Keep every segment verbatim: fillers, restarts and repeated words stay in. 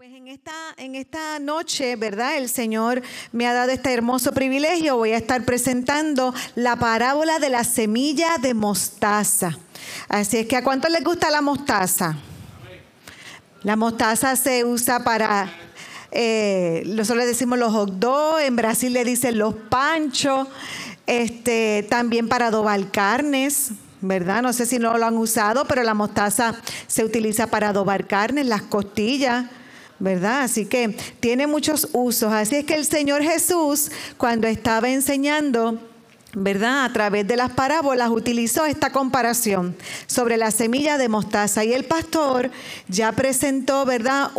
Pues en esta, en esta noche, ¿verdad? El Señor me ha dado este hermoso privilegio. Voy a estar presentando la parábola de la semilla de mostaza. Así es que, ¿a cuánto les gusta la mostaza? La mostaza se usa para, eh, nosotros le decimos los hot dogs, en Brasil le dicen los panchos, este, también para adobar carnes, ¿verdad? No sé si no lo han usado, pero la mostaza se utiliza para adobar carnes, las costillas, ¿verdad? Así que tiene muchos usos. Así es que el Señor Jesús, cuando estaba enseñando, ¿verdad?, a través de las parábolas, utilizó esta comparación sobre la semilla de mostaza. Y el pastor ya presentó, ¿verdad?,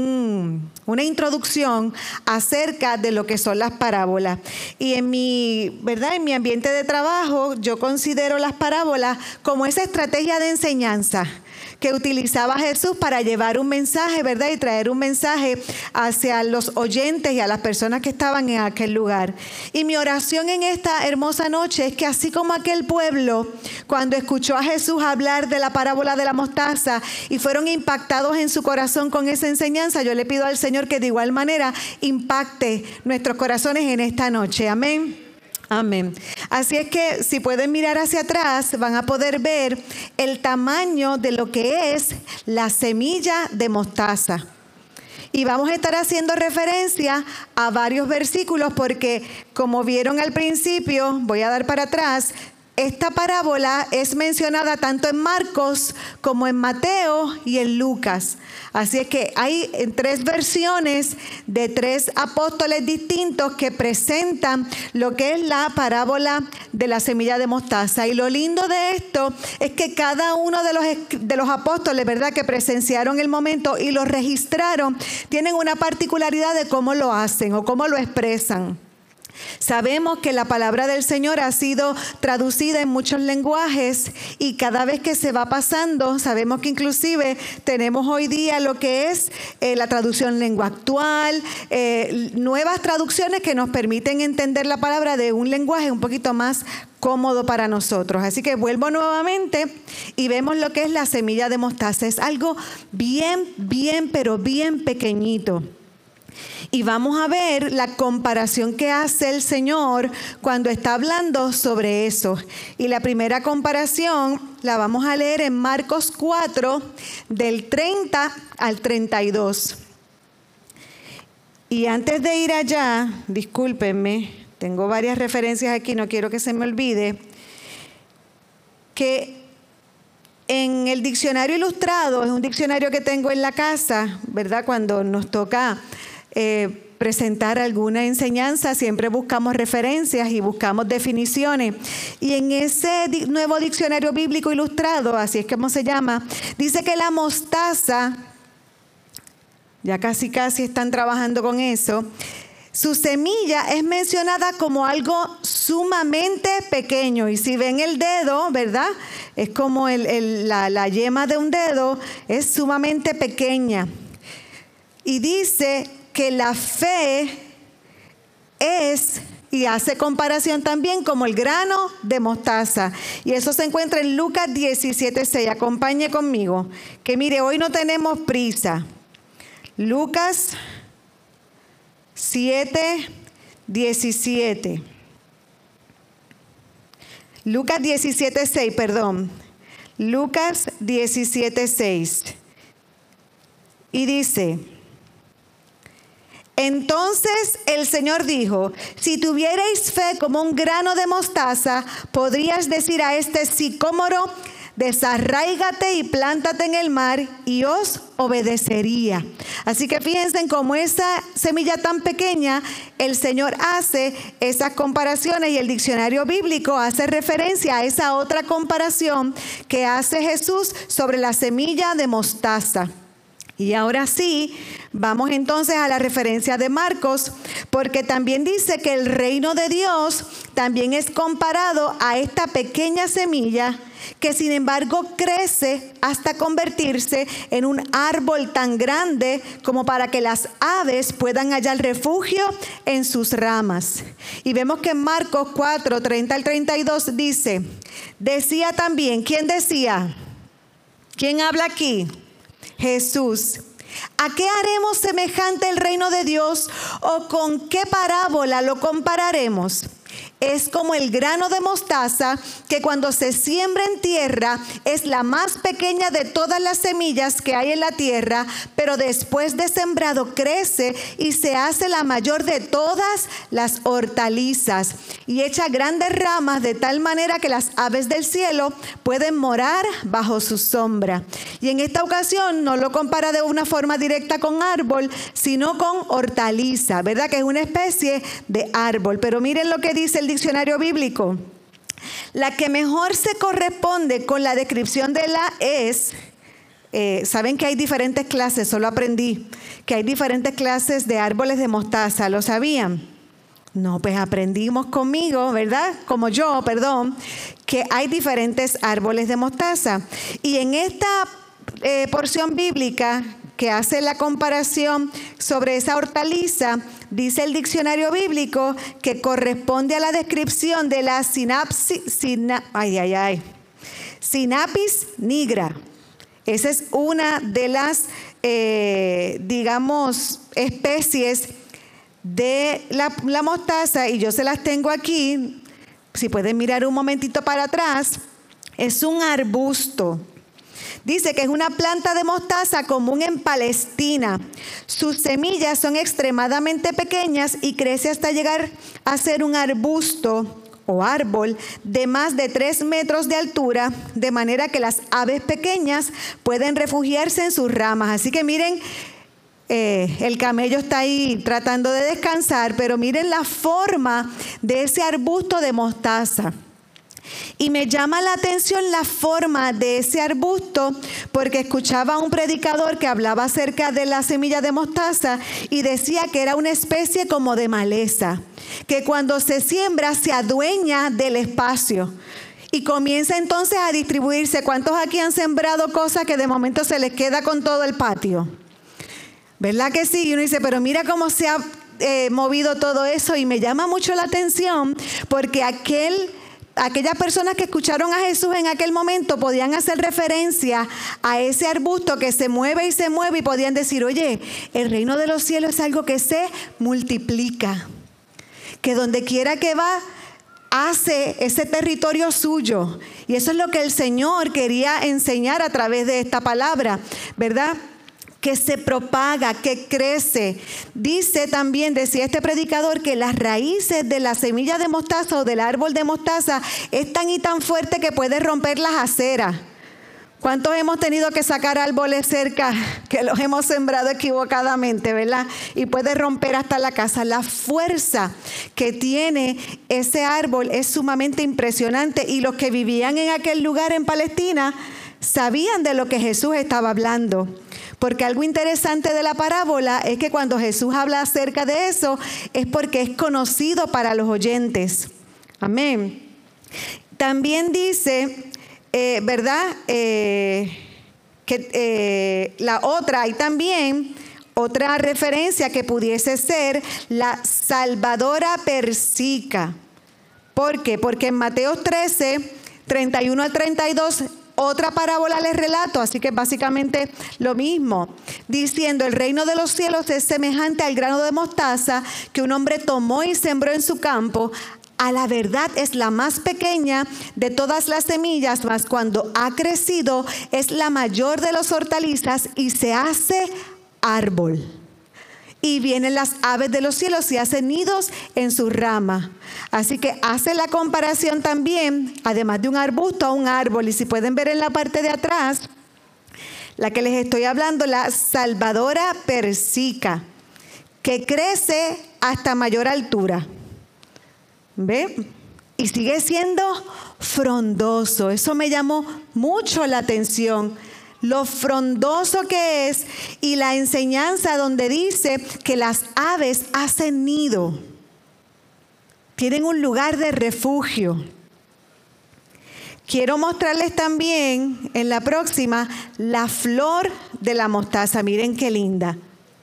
un, una introducción acerca de lo que son las parábolas. Y en mi, ¿verdad?, en mi ambiente de trabajo, yo considero las parábolas como esa estrategia de enseñanza que utilizaba Jesús para llevar un mensaje, ¿verdad?, y traer un mensaje hacia los oyentes y a las personas que estaban en aquel lugar. Y mi oración en esta hermosa noche es que así como aquel pueblo, cuando escuchó a Jesús hablar de la parábola de la mostaza y fueron impactados en su corazón con esa enseñanza, yo le pido al Señor que de igual manera impacte nuestros corazones en esta noche. Amén. Amén. Así es que si pueden mirar hacia atrás, van a poder ver el tamaño de lo que es la semilla de mostaza. Y vamos a estar haciendo referencia a varios versículos porque, como vieron al principio, voy a dar para atrás, esta parábola es mencionada tanto en Marcos como en Mateo y en Lucas. Así es que hay tres versiones de tres apóstoles distintos que presentan lo que es la parábola de la semilla de mostaza. Y lo lindo de esto es que cada uno de los, de los apóstoles, ¿verdad?, que presenciaron el momento y lo registraron, tienen una particularidad de cómo lo hacen o cómo lo expresan. Sabemos que la palabra del Señor ha sido traducida en muchos lenguajes y cada vez que se va pasando, sabemos que inclusive tenemos hoy día lo que es eh, la traducción lengua actual, eh, nuevas traducciones que nos permiten entender la palabra de un lenguaje un poquito más cómodo para nosotros. Así que vuelvo nuevamente y vemos lo que es la semilla de mostaza. Es algo bien, bien, pero bien pequeñito. Y vamos a ver la comparación que hace el Señor cuando está hablando sobre eso. Y la primera comparación la vamos a leer en Marcos cuatro, del treinta al treinta y dos. Y antes de ir allá, discúlpenme, tengo varias referencias aquí, no quiero que se me olvide, que en el diccionario ilustrado, es un diccionario que tengo en la casa, ¿verdad?, cuando nos toca Eh, presentar alguna enseñanza, siempre buscamos referencias y buscamos definiciones. Y en ese di- nuevo diccionario bíblico ilustrado, así es como se llama, dice que la mostaza, ya casi casi están trabajando con eso, su semilla es mencionada como algo sumamente pequeño. Y si ven el dedo, ¿verdad?, es como el, el, la, la yema de un dedo, es sumamente pequeña. Y dice que la fe es, y hace comparación también, como el grano de mostaza. Y eso se encuentra en Lucas diecisiete seis. Acompañe conmigo. Que mire, hoy no tenemos prisa. Lucas siete diecisiete. Lucas diecisiete seis, perdón. Lucas diecisiete seis. Y dice: entonces el Señor dijo, si tuvierais fe como un grano de mostaza, podrías decir a este sicómoro, desarráigate y plántate en el mar, y os obedecería. Así que fíjense en cómo esa semilla tan pequeña, el Señor hace esas comparaciones y el diccionario bíblico hace referencia a esa otra comparación que hace Jesús sobre la semilla de mostaza. Y ahora sí, vamos entonces a la referencia de Marcos, porque también dice que el reino de Dios también es comparado a esta pequeña semilla que sin embargo crece hasta convertirse en un árbol tan grande como para que las aves puedan hallar refugio en sus ramas. Y vemos que en Marcos cuatro, treinta al treinta y dos dice, decía también, ¿quién decía? ¿Quién habla aquí? Jesús. ¿A qué haremos semejante el reino de Dios o con qué parábola lo compararemos? Es como el grano de mostaza que cuando se siembra en tierra es la más pequeña de todas las semillas que hay en la tierra, pero después de sembrado crece y se hace la mayor de todas las hortalizas y echa grandes ramas de tal manera que las aves del cielo pueden morar bajo su sombra. Y en esta ocasión no lo compara de una forma directa con árbol, sino con hortaliza, ¿verdad? Que es una especie de árbol. Pero miren lo que dice el diccionario bíblico. La que mejor se corresponde con la descripción de la es, eh, saben que hay diferentes clases, solo aprendí que hay diferentes clases de árboles de mostaza, ¿lo sabían? No, pues aprendimos conmigo, ¿verdad? Como yo, perdón, que hay diferentes árboles de mostaza. Y en esta eh, porción bíblica que hace la comparación sobre esa hortaliza, dice el diccionario bíblico que corresponde a la descripción de la sinapsis, sina, ay, ay, ay, Sinapis nigra. Esa es una de las, eh, digamos, especies de la, la mostaza, y yo se las tengo aquí. Si pueden mirar un momentito para atrás, es un arbusto. Dice que es una planta de mostaza común en Palestina. Sus semillas son extremadamente pequeñas y crece hasta llegar a ser un arbusto o árbol de más de tres metros de altura, de manera que las aves pequeñas pueden refugiarse en sus ramas. Así que miren, eh, el camello está ahí tratando de descansar, pero miren la forma de ese arbusto de mostaza. Y me llama la atención la forma de ese arbusto, porque escuchaba a un predicador que hablaba acerca de la semilla de mostaza y decía que era una especie como de maleza, que cuando se siembra se adueña del espacio y comienza entonces a distribuirse. ¿Cuántos aquí han sembrado cosas que de momento se les queda con todo el patio? ¿Verdad que sí? Y uno dice, pero mira cómo se ha eh, movido todo eso, y me llama mucho la atención porque aquel... Aquellas personas que escucharon a Jesús en aquel momento podían hacer referencia a ese arbusto que se mueve y se mueve y podían decir, oye, el reino de los cielos es algo que se multiplica, que donde quiera que va, hace ese territorio suyo. Y eso es lo que el Señor quería enseñar a través de esta palabra, ¿verdad? Que se propaga, que crece. Dice también, decía este predicador, que las raíces de la semilla de mostaza o del árbol de mostaza es tan y tan fuerte que puede romper las aceras. ¿Cuántos hemos tenido que sacar árboles cerca que los hemos sembrado equivocadamente, verdad? Y puede romper hasta la casa. La fuerza que tiene ese árbol es sumamente impresionante, y los que vivían en aquel lugar en Palestina sabían de lo que Jesús estaba hablando. Porque algo interesante de la parábola es que cuando Jesús habla acerca de eso, es porque es conocido para los oyentes. Amén. También dice, eh, ¿verdad? Eh, que eh, la otra, hay también otra referencia que pudiese ser la salvadora persica. ¿Por qué? Porque en Mateo trece, treinta y uno al treinta y dos, otra parábola les relato, así que básicamente lo mismo, diciendo, el reino de los cielos es semejante al grano de mostaza que un hombre tomó y sembró en su campo. A la verdad es la más pequeña de todas las semillas, mas cuando ha crecido es la mayor de las hortalizas y se hace árbol. Y vienen las aves de los cielos y hacen nidos en su rama. Así que hace la comparación también, además de un arbusto, a un árbol. Y si pueden ver en la parte de atrás, la que les estoy hablando, la salvadora persica, que crece hasta mayor altura. ¿Ve? Y sigue siendo frondoso. Eso me llamó mucho la atención. Lo frondoso que es, y la enseñanza donde dice que las aves hacen nido, tienen un lugar de refugio. Quiero mostrarles también en la próxima la flor de la mostaza. Miren qué linda.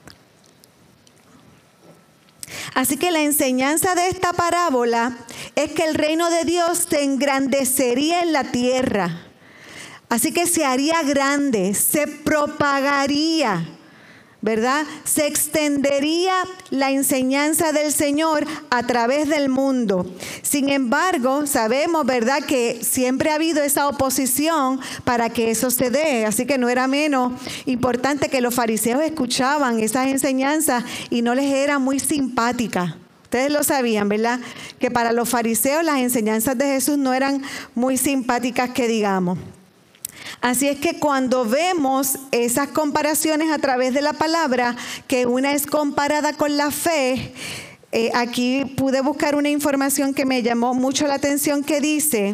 Así que la enseñanza de esta parábola es que el reino de Dios se engrandecería en la tierra. Así que se haría grande, se propagaría. ¿verdad? Se extendería la enseñanza del Señor a través del mundo. Sin embargo, sabemos, ¿verdad?, que siempre ha habido esa oposición para que eso se dé. Así que no era menos importante que los fariseos escuchaban esas enseñanzas y no les era muy simpática. Ustedes lo sabían, ¿verdad?, que para los fariseos las enseñanzas de Jesús no eran muy simpáticas, que digamos. Así es que cuando vemos esas comparaciones a través de la palabra, que una es comparada con la fe, eh, aquí pude buscar una información que me llamó mucho la atención, que dice,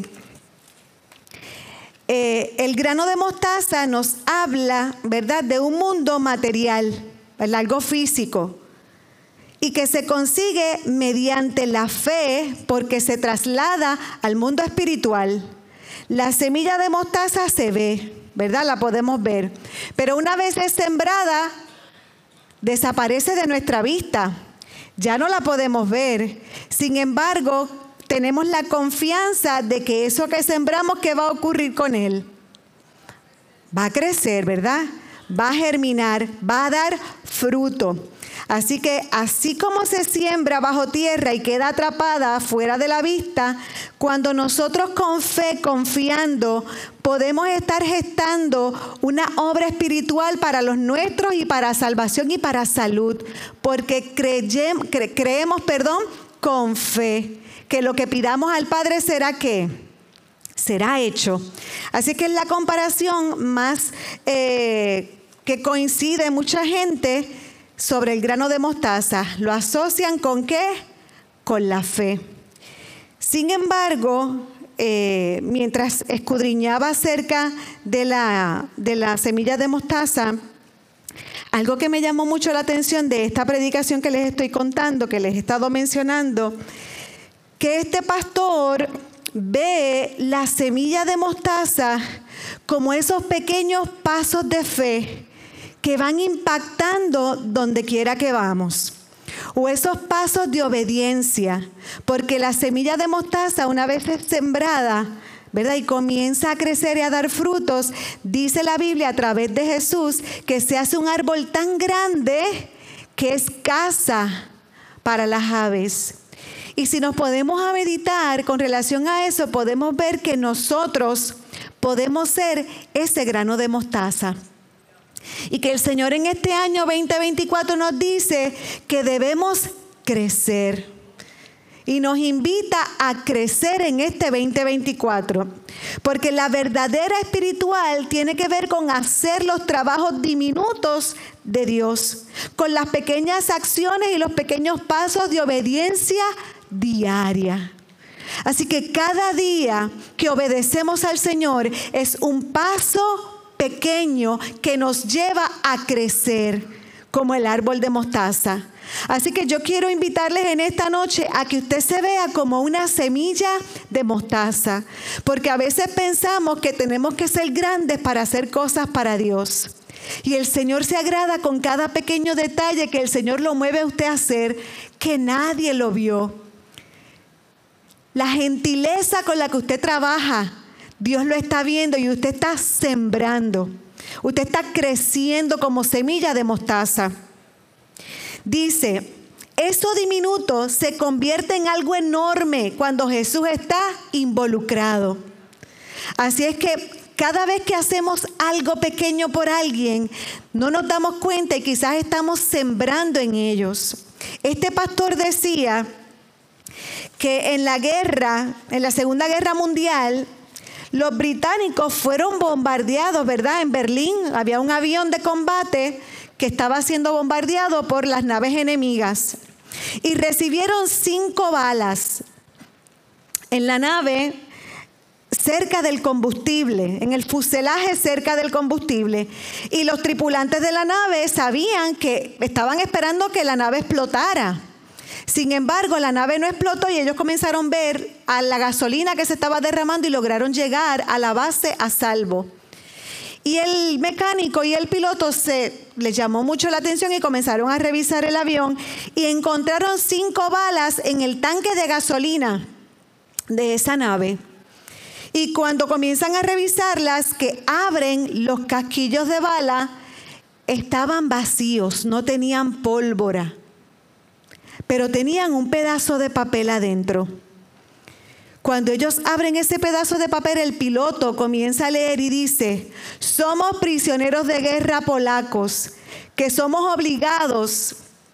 eh, el grano de mostaza nos habla, ¿verdad?, de un mundo material, ¿verdad?, algo físico, y que se consigue mediante la fe porque se traslada al mundo espiritual. La semilla de mostaza se ve, ¿verdad? La podemos ver. Pero una vez es sembrada, desaparece de nuestra vista. Ya no la podemos ver. Sin embargo, tenemos la confianza de que eso que sembramos, ¿qué va a ocurrir con él? Va a crecer, ¿verdad? Va a germinar, va a dar fruto. Así que así como se siembra bajo tierra y queda atrapada fuera de la vista, cuando nosotros con fe, confiando, podemos estar gestando una obra espiritual para los nuestros y para salvación y para salud, porque creyem, cre, creemos, perdón, con fe, que lo que pidamos al Padre será ¿qué? Será hecho. Así que es la comparación más eh, que coincide mucha gente sobre el grano de mostaza. Lo asocian ¿con qué? Con la fe. Sin embargo, eh, mientras escudriñaba acerca de la, de la semilla de mostaza, algo que me llamó mucho la atención de esta predicación que les estoy contando, que les he estado mencionando, que este pastor ve la semilla de mostaza como esos pequeños pasos de fe que van impactando donde quiera que vamos, o esos pasos de obediencia, porque la semilla de mostaza, una vez es sembrada, ¿verdad?, y comienza a crecer y a dar frutos, dice la Biblia a través de Jesús que se hace un árbol tan grande que es casa para las aves. Y si nos podemos a meditar con relación a eso, podemos ver que nosotros podemos ser ese grano de mostaza. Y que el Señor en este año veinte veinticuatro nos dice que debemos crecer. Y nos invita a crecer en este veinte veinticuatro. Porque la verdadera espiritual tiene que ver con hacer los trabajos diminutos de Dios, con las pequeñas acciones y los pequeños pasos de obediencia diaria. Así que cada día que obedecemos al Señor es un paso pequeño que nos lleva a crecer como el árbol de mostaza. Así que yo quiero invitarles en esta noche a que usted se vea como una semilla de mostaza, porque a veces pensamos que tenemos que ser grandes para hacer cosas para Dios. Y el Señor se agrada con cada pequeño detalle que el Señor lo mueve a usted a hacer, que nadie lo vio. La gentileza con la que usted trabaja, Dios lo está viendo y usted está sembrando. Usted está creciendo como semilla de mostaza. Dice, eso diminuto se convierte en algo enorme cuando Jesús está involucrado. Así es que cada vez que hacemos algo pequeño por alguien, no nos damos cuenta y quizás estamos sembrando en ellos. Este pastor decía que en la guerra, en la Segunda Guerra Mundial, los británicos fueron bombardeados, ¿verdad? En Berlín había un avión de combate que estaba siendo bombardeado por las naves enemigas y recibieron cinco balas en la nave cerca del combustible, en el fuselaje cerca del combustible, y los tripulantes de la nave sabían que estaban esperando que la nave explotara. Sin embargo, la nave no explotó y ellos comenzaron a ver a la gasolina que se estaba derramando y lograron llegar a la base a salvo. Y el mecánico y el piloto se les llamó mucho la atención y comenzaron a revisar el avión y encontraron cinco balas en el tanque de gasolina de esa nave. Y cuando comienzan a revisarlas, que abren los casquillos de bala, estaban vacíos, no tenían pólvora, pero tenían un pedazo de papel adentro. Cuando ellos abren ese pedazo de papel, el piloto comienza a leer y dice: somos prisioneros de guerra polacos, que somos obligados,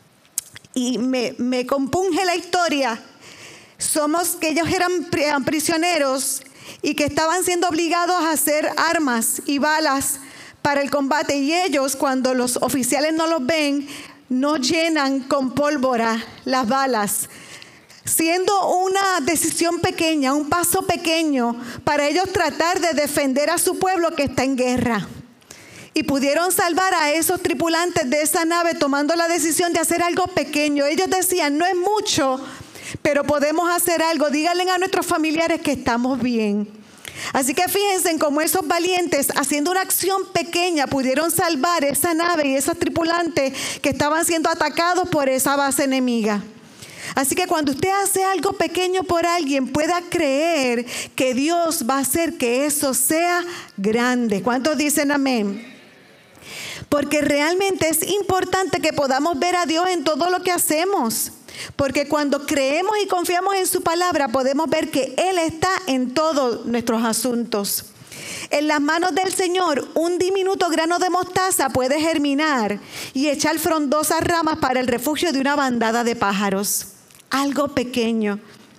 y me, me compunge la historia, somos que ellos eran prisioneros y que estaban siendo obligados a hacer armas y balas para el combate, y ellos, cuando los oficiales no los ven, no llenan con pólvora las balas, siendo una decisión pequeña, un paso pequeño para ellos tratar de defender a su pueblo que está en guerra. Y pudieron salvar a esos tripulantes de esa nave tomando la decisión de hacer algo pequeño. Ellos decían: no es mucho, pero podemos hacer algo. Díganle a nuestros familiares que estamos bien. Así que fíjense en cómo esos valientes, haciendo una acción pequeña, pudieron salvar esa nave y esos tripulantes que estaban siendo atacados por esa base enemiga. Así que cuando usted hace algo pequeño por alguien, pueda creer que Dios va a hacer que eso sea grande. ¿Cuántos dicen amén? Porque realmente es importante que podamos ver a Dios en todo lo que hacemos. Porque cuando creemos y confiamos en su palabra, podemos ver que Él está en todos nuestros asuntos. En las manos del Señor, un diminuto grano de mostaza puede germinar y echar frondosas ramas para el refugio de una bandada de pájaros. Algo pequeño.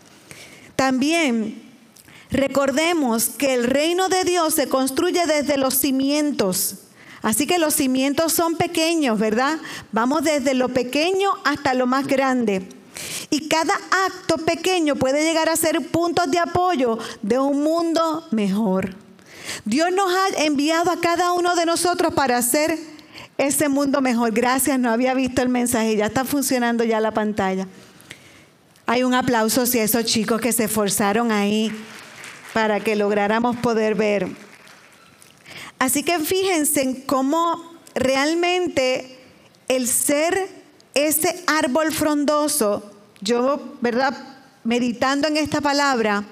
También recordemos que el reino de Dios se construye desde los cimientos. Así que los cimientos son pequeños, ¿verdad? Vamos desde lo pequeño hasta lo más grande. Y cada acto pequeño puede llegar a ser puntos de apoyo de un mundo mejor. Dios nos ha enviado a cada uno de nosotros para hacer ese mundo mejor. Gracias, no había visto el mensaje, ya está funcionando ya la pantalla. Hay un aplauso hacia esos chicos que se esforzaron ahí para que lográramos poder ver. Así que fíjense en cómo realmente el ser ese árbol frondoso, yo, ¿verdad? Meditando en esta palabra,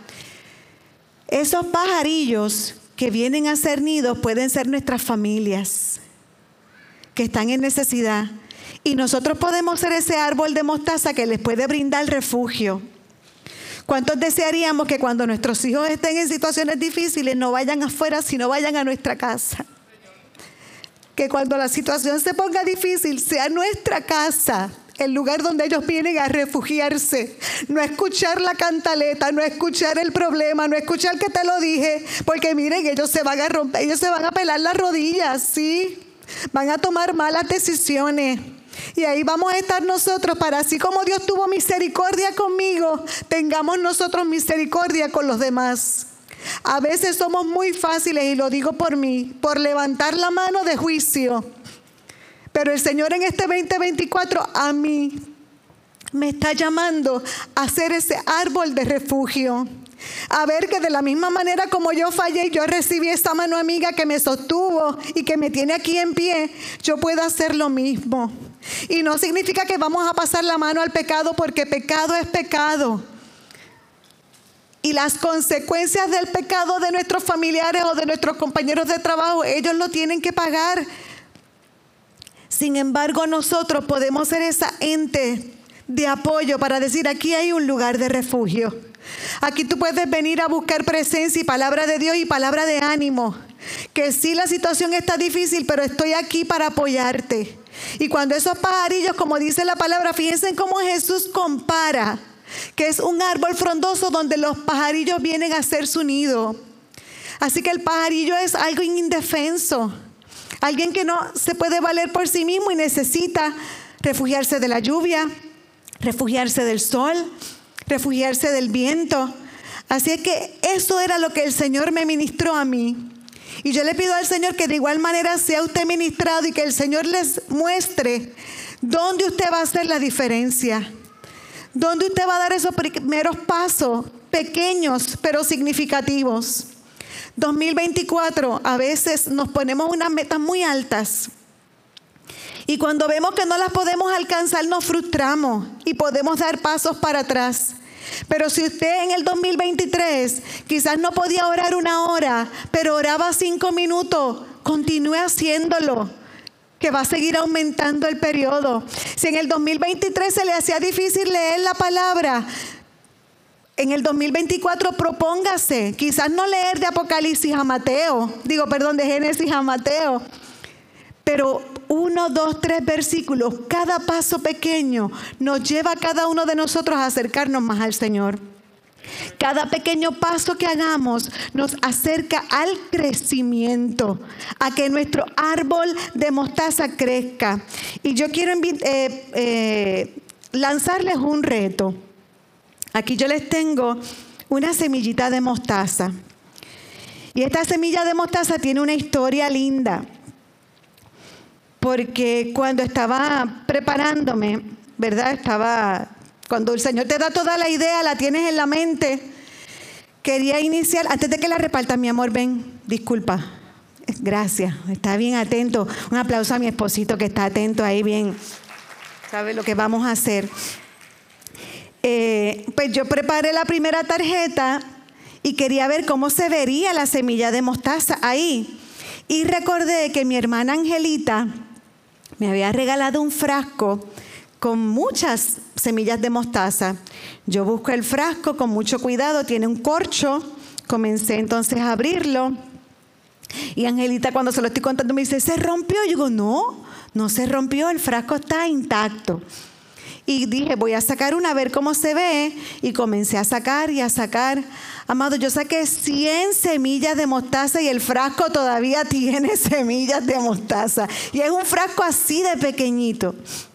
esos pajarillos que vienen a ser nidos pueden ser nuestras familias que están en necesidad. Y nosotros podemos ser ese árbol de mostaza que les puede brindar refugio. ¿Cuántos desearíamos que cuando nuestros hijos estén en situaciones difíciles no vayan afuera, sino vayan a nuestra casa? Que cuando la situación se ponga difícil sea nuestra casa el lugar donde ellos vienen a refugiarse. No escuchar la cantaleta, no escuchar el problema, no escuchar que te lo dije, porque miren, ellos se van a romper, ellos se van a pelar las rodillas, ¿sí? Van a tomar malas decisiones. Y ahí vamos a estar nosotros para, así como Dios tuvo misericordia conmigo, tengamos nosotros misericordia con los demás. A veces somos muy fáciles, y lo digo por mí, por levantar la mano de juicio. Pero el Señor en este veinte veinticuatro a mí me está llamando a ser ese árbol de refugio. A ver que de la misma manera como yo fallé, yo recibí esta mano amiga que me sostuvo y que me tiene aquí en pie, yo puedo hacer lo mismo. Y no significa que vamos a pasar la mano al pecado, porque pecado es pecado. Y las consecuencias del pecado de nuestros familiares o de nuestros compañeros de trabajo, ellos lo tienen que pagar. Sin embargo, nosotros podemos ser esa ente de apoyo para decir: aquí hay un lugar de refugio. Aquí tú puedes venir a buscar presencia y palabra de Dios y palabra de ánimo. Que sí, la situación está difícil, pero estoy aquí para apoyarte. Y cuando esos pajarillos, como dice la palabra, fíjense en cómo Jesús compara, que es un árbol frondoso donde los pajarillos vienen a hacer su nido. Así que el pajarillo es algo indefenso, alguien que no se puede valer por sí mismo y necesita refugiarse de la lluvia, refugiarse del sol, refugiarse del viento. Así es que eso era lo que el Señor me ministró a mí. Y yo le pido al Señor que de igual manera sea usted ministrado y que el Señor les muestre dónde usted va a hacer la diferencia. Dónde usted va a dar esos primeros pasos, pequeños pero significativos. dos mil veinticuatro, a veces nos ponemos unas metas muy altas. Y cuando vemos que no las podemos alcanzar, nos frustramos y podemos dar pasos para atrás. Pero si usted en el dos mil veintitrés quizás no podía orar una hora, pero oraba cinco minutos, continúe haciéndolo. que va a seguir aumentando el periodo. Si en el dos mil veintitrés se le hacía difícil leer la palabra, en el dos mil veinticuatro propóngase, quizás no leer de Apocalipsis a Mateo, digo, perdón, de Génesis a Mateo, pero uno, dos, tres versículos, cada paso pequeño nos lleva a cada uno de nosotros a acercarnos más al Señor. Cada pequeño paso que hagamos nos acerca al crecimiento, a que nuestro árbol de mostaza crezca. Y yo quiero eh, eh, lanzarles un reto. Aquí yo les tengo una semillita de mostaza. Y esta semilla de mostaza tiene una historia linda. Porque cuando estaba preparándome, ¿verdad? Estaba, cuando el Señor te da toda la idea, la tienes en la mente. Quería iniciar, antes de que la repartas, mi amor, ven, disculpa. Gracias, está bien atento. Un aplauso a mi esposito que está atento ahí, bien. ¿Sabe lo que vamos a hacer? Eh, pues yo preparé la primera tarjeta y quería ver cómo se vería la semilla de mostaza ahí. Y recordé que mi hermana Angelita me había regalado un frasco con muchas semillas de mostaza. Yo busco el frasco con mucho cuidado, tiene un corcho. Comencé entonces a abrirlo. Y Angelita, cuando se lo estoy contando, me dice, ¿se rompió? Yo digo, no, no se rompió, el frasco está intacto. Y dije, voy a sacar una a ver cómo se ve. Y comencé a sacar y a sacar. Amado, yo saqué cien semillas de mostaza y el frasco todavía tiene semillas de mostaza. Y es un frasco así de pequeñito.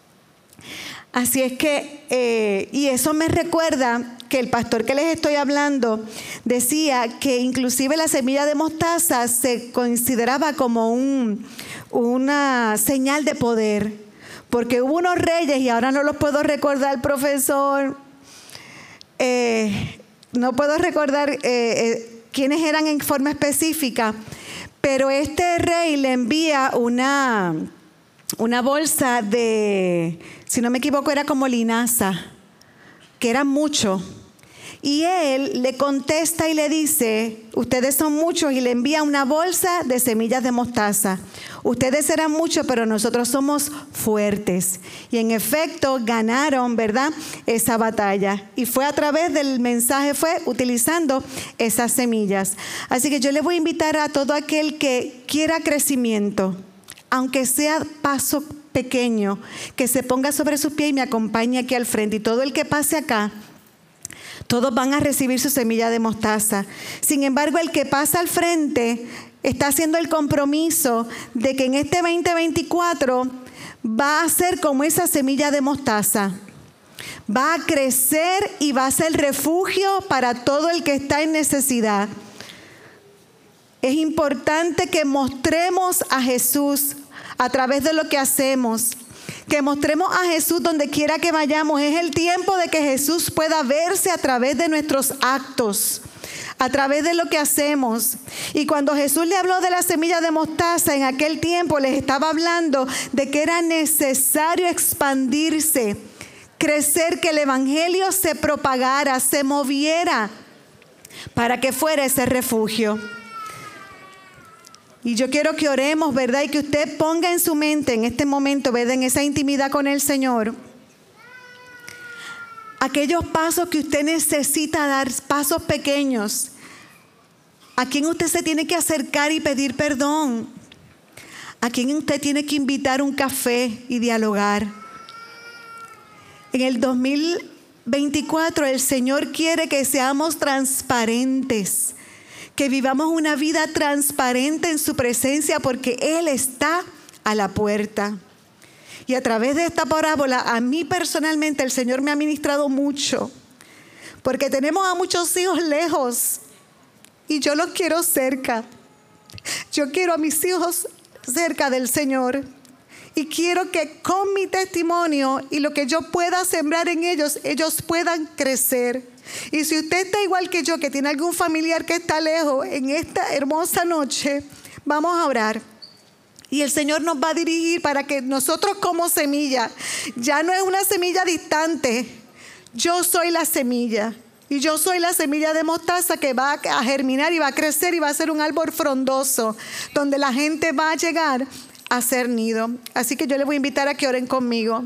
Así es que, eh, y eso me recuerda que el pastor que les estoy hablando decía que inclusive la semilla de mostaza se consideraba como un, una señal de poder. Porque hubo unos reyes, y ahora no los puedo recordar, profesor, eh, no puedo recordar eh, eh, quiénes eran en forma específica, pero este rey le envía una, una bolsa de, si no me equivoco, era como linaza, que era mucho. Y él le contesta y le dice, ustedes son muchos, y le envía una bolsa de semillas de mostaza. Ustedes serán muchos, pero nosotros somos fuertes. Y en efecto ganaron, ¿verdad?, esa batalla. Y fue a través del mensaje, fue utilizando esas semillas. Así que yo le voy a invitar a todo aquel que quiera crecimiento, aunque sea paso pequeño, que se ponga sobre sus pies y me acompañe aquí al frente. Y todo el que pase acá, todos van a recibir su semilla de mostaza. Sin embargo, el que pasa al frente está haciendo el compromiso de que en este veinte veinticuatro va a ser como esa semilla de mostaza. Va a crecer y va a ser refugio para todo el que está en necesidad. Es importante que mostremos a Jesús a través de lo que hacemos. Que mostremos a Jesús donde quiera que vayamos. Es el tiempo de que Jesús pueda verse a través de nuestros actos, a través de lo que hacemos. Y cuando Jesús le habló de la semilla de mostaza, en aquel tiempo les estaba hablando de que era necesario expandirse, crecer, que el evangelio se propagara, se moviera, para que fuera ese refugio. Y yo quiero que oremos, ¿verdad? Y que usted ponga en su mente en este momento, ¿verdad?, en esa intimidad con el Señor, aquellos pasos que usted necesita dar, pasos pequeños. ¿A quién usted se tiene que acercar y pedir perdón? ¿A quién usted tiene que invitar a un café y dialogar? En el dos mil veinticuatro el Señor quiere que seamos transparentes, que vivamos una vida transparente en su presencia, porque Él está a la puerta. Y a través de esta parábola, a mí personalmente el Señor me ha ministrado mucho, porque tenemos a muchos hijos lejos y yo los quiero cerca. Yo quiero a mis hijos cerca del Señor y quiero que con mi testimonio y lo que yo pueda sembrar en ellos, ellos puedan crecer. Y si usted está igual que yo, que tiene algún familiar que está lejos, en esta hermosa noche vamos a orar. Y el Señor nos va a dirigir para que nosotros como semilla, ya no es una semilla distante, yo soy la semilla. Y yo soy la semilla de mostaza que va a germinar y va a crecer y va a ser un árbol frondoso, donde la gente va a llegar hacer nido. Así que yo les voy a invitar a que oren conmigo.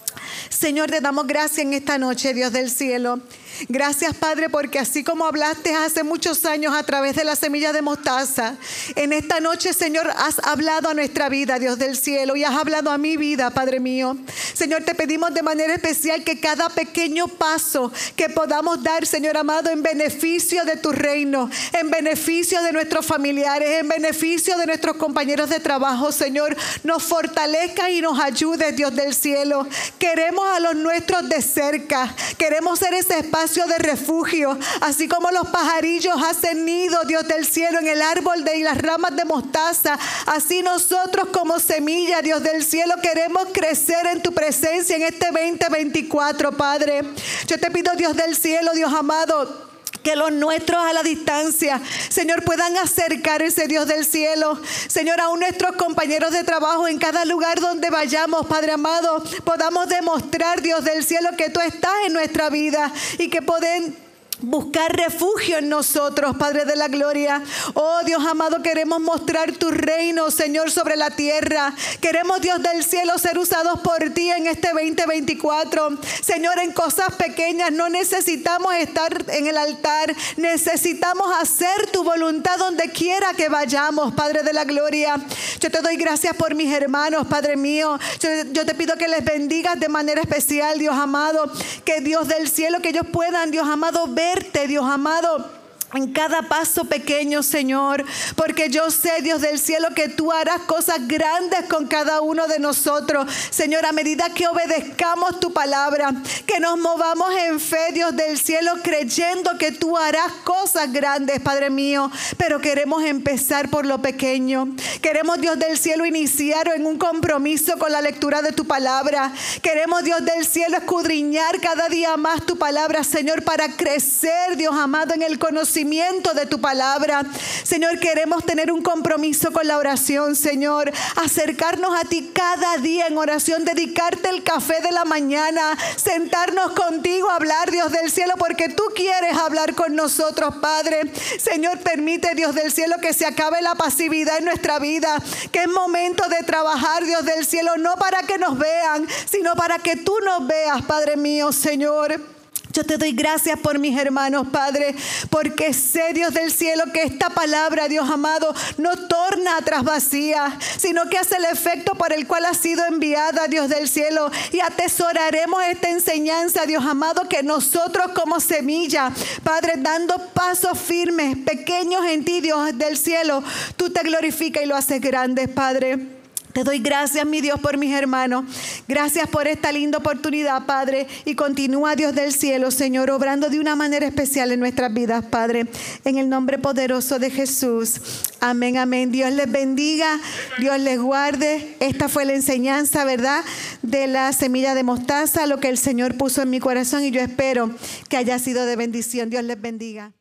Señor, te damos gracias en esta noche, Dios del cielo. Gracias, Padre, porque así como hablaste hace muchos años a través de la semilla de mostaza, en esta noche, Señor, has hablado a nuestra vida, Dios del cielo, y has hablado a mi vida, Padre mío. Señor, te pedimos de manera especial que cada pequeño paso que podamos dar, Señor amado, en beneficio de tu reino, en beneficio de nuestros familiares, en beneficio de nuestros compañeros de trabajo, Señor, nos fortalezca y nos ayude, Dios del cielo. Queremos a los nuestros de cerca, queremos ser ese espacio de refugio, así como los pajarillos hacen nido, Dios del cielo, en el árbol de y las ramas de mostaza, así nosotros como semilla, Dios del cielo, queremos crecer en tu presencia en este veinte veinticuatro, Padre. Yo te pido, Dios del cielo, Dios amado, que los nuestros a la distancia, Señor, puedan acercarse, Dios del cielo. Señor, aún nuestros compañeros de trabajo en cada lugar donde vayamos, Padre amado, podamos demostrar, Dios del cielo, que tú estás en nuestra vida y que podemos buscar refugio en nosotros, Padre de la gloria. Oh Dios amado, queremos mostrar tu reino, Señor, sobre la tierra. Queremos, Dios del cielo, ser usados por ti en este veinte veinticuatro. Señor, en cosas pequeñas no necesitamos estar en el altar. Necesitamos hacer tu voluntad donde quiera que vayamos, Padre de la gloria. Yo te doy gracias por mis hermanos, Padre mío. Yo, yo te pido que les bendigas de manera especial, Dios amado. Que Dios del cielo, que ellos puedan, Dios amado, ver Dios amado, en cada paso pequeño, Señor, porque yo sé, Dios del cielo, que tú harás cosas grandes con cada uno de nosotros, Señor, a medida que obedezcamos tu palabra, que nos movamos en fe, Dios del cielo, creyendo que tú harás cosas grandes, Padre mío, pero queremos empezar por lo pequeño. Queremos, Dios del cielo, iniciar en un compromiso con la lectura de tu palabra. Queremos, Dios del cielo, escudriñar cada día más tu palabra, Señor, para crecer, Dios amado, en el conocimiento de tu palabra. Señor, queremos tener un compromiso con la oración, Señor, acercarnos a ti cada día en oración, dedicarte el café de la mañana, sentarnos contigo a hablar, Dios del cielo, porque tú quieres hablar con nosotros, Padre. Señor, permite, Dios del cielo, que se acabe la pasividad en nuestra vida, que es momento de trabajar, Dios del cielo, no para que nos vean, sino para que tú nos veas, Padre mío, Señor. Yo te doy gracias por mis hermanos, Padre, porque sé, Dios del cielo, que esta palabra, Dios amado, no torna atrás vacía, sino que hace el efecto por el cual ha sido enviada, Dios del cielo, y atesoraremos esta enseñanza, Dios amado, que nosotros como semilla, Padre, dando pasos firmes, pequeños en ti, Dios del cielo, tú te glorificas y lo haces grande, Padre. Te doy gracias, mi Dios, por mis hermanos. Gracias por esta linda oportunidad, Padre. Y continúa, Dios del cielo, Señor, obrando de una manera especial en nuestras vidas, Padre. En el nombre poderoso de Jesús. Amén, amén. Dios les bendiga. Dios les guarde. Esta fue la enseñanza, ¿verdad?, de la semilla de mostaza, lo que el Señor puso en mi corazón. Y yo espero que haya sido de bendición. Dios les bendiga.